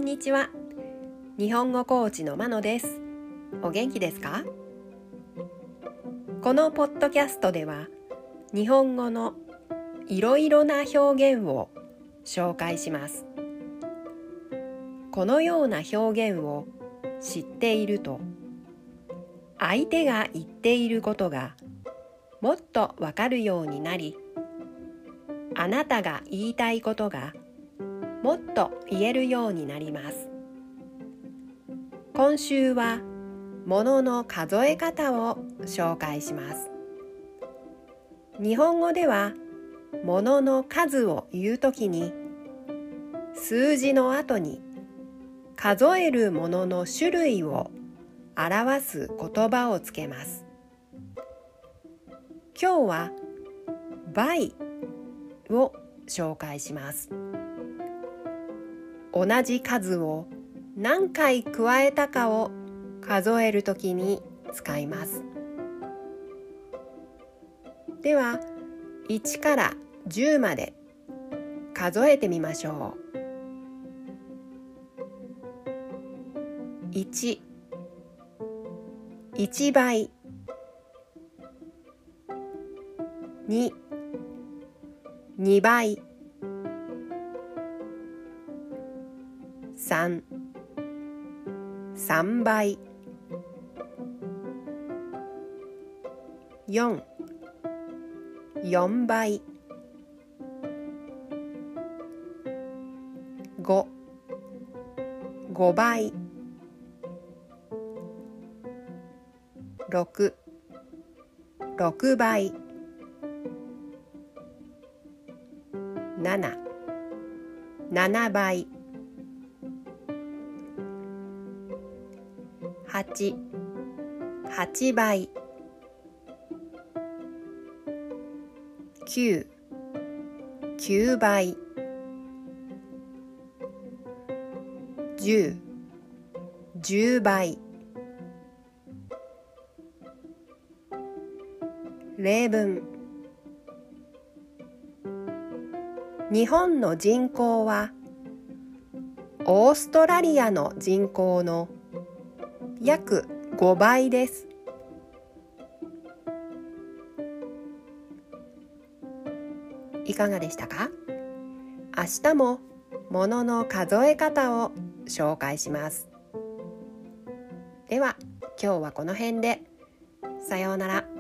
んにちは。日本語コーチのまのです。お元気ですか？このポッドキャストでは日本語のいろいろな表現を紹介します。このような表現を知っていると、相手が言っていることがもっとわかるようになり、あなたが言いたいことがもっと言えるようになります。今週は物の数え方を紹介します。日本語では物の数を言うときに、数字の後に数えるものの種類を表す言葉をつけます。今日は倍を紹介します。同じ数を何回加えたかを数えるときに使います。では、1から10まで数えてみましょう。1、1倍。2、2倍。3、3倍。4、4倍。5、5倍。6、6倍。7、7倍。8、8倍。9、9倍。10、10倍。例文。日本の人口はオーストラリアの人口の約5倍です。いかがでしたか？明日も物の数え方を紹介します。では、今日はこの辺で。さようなら。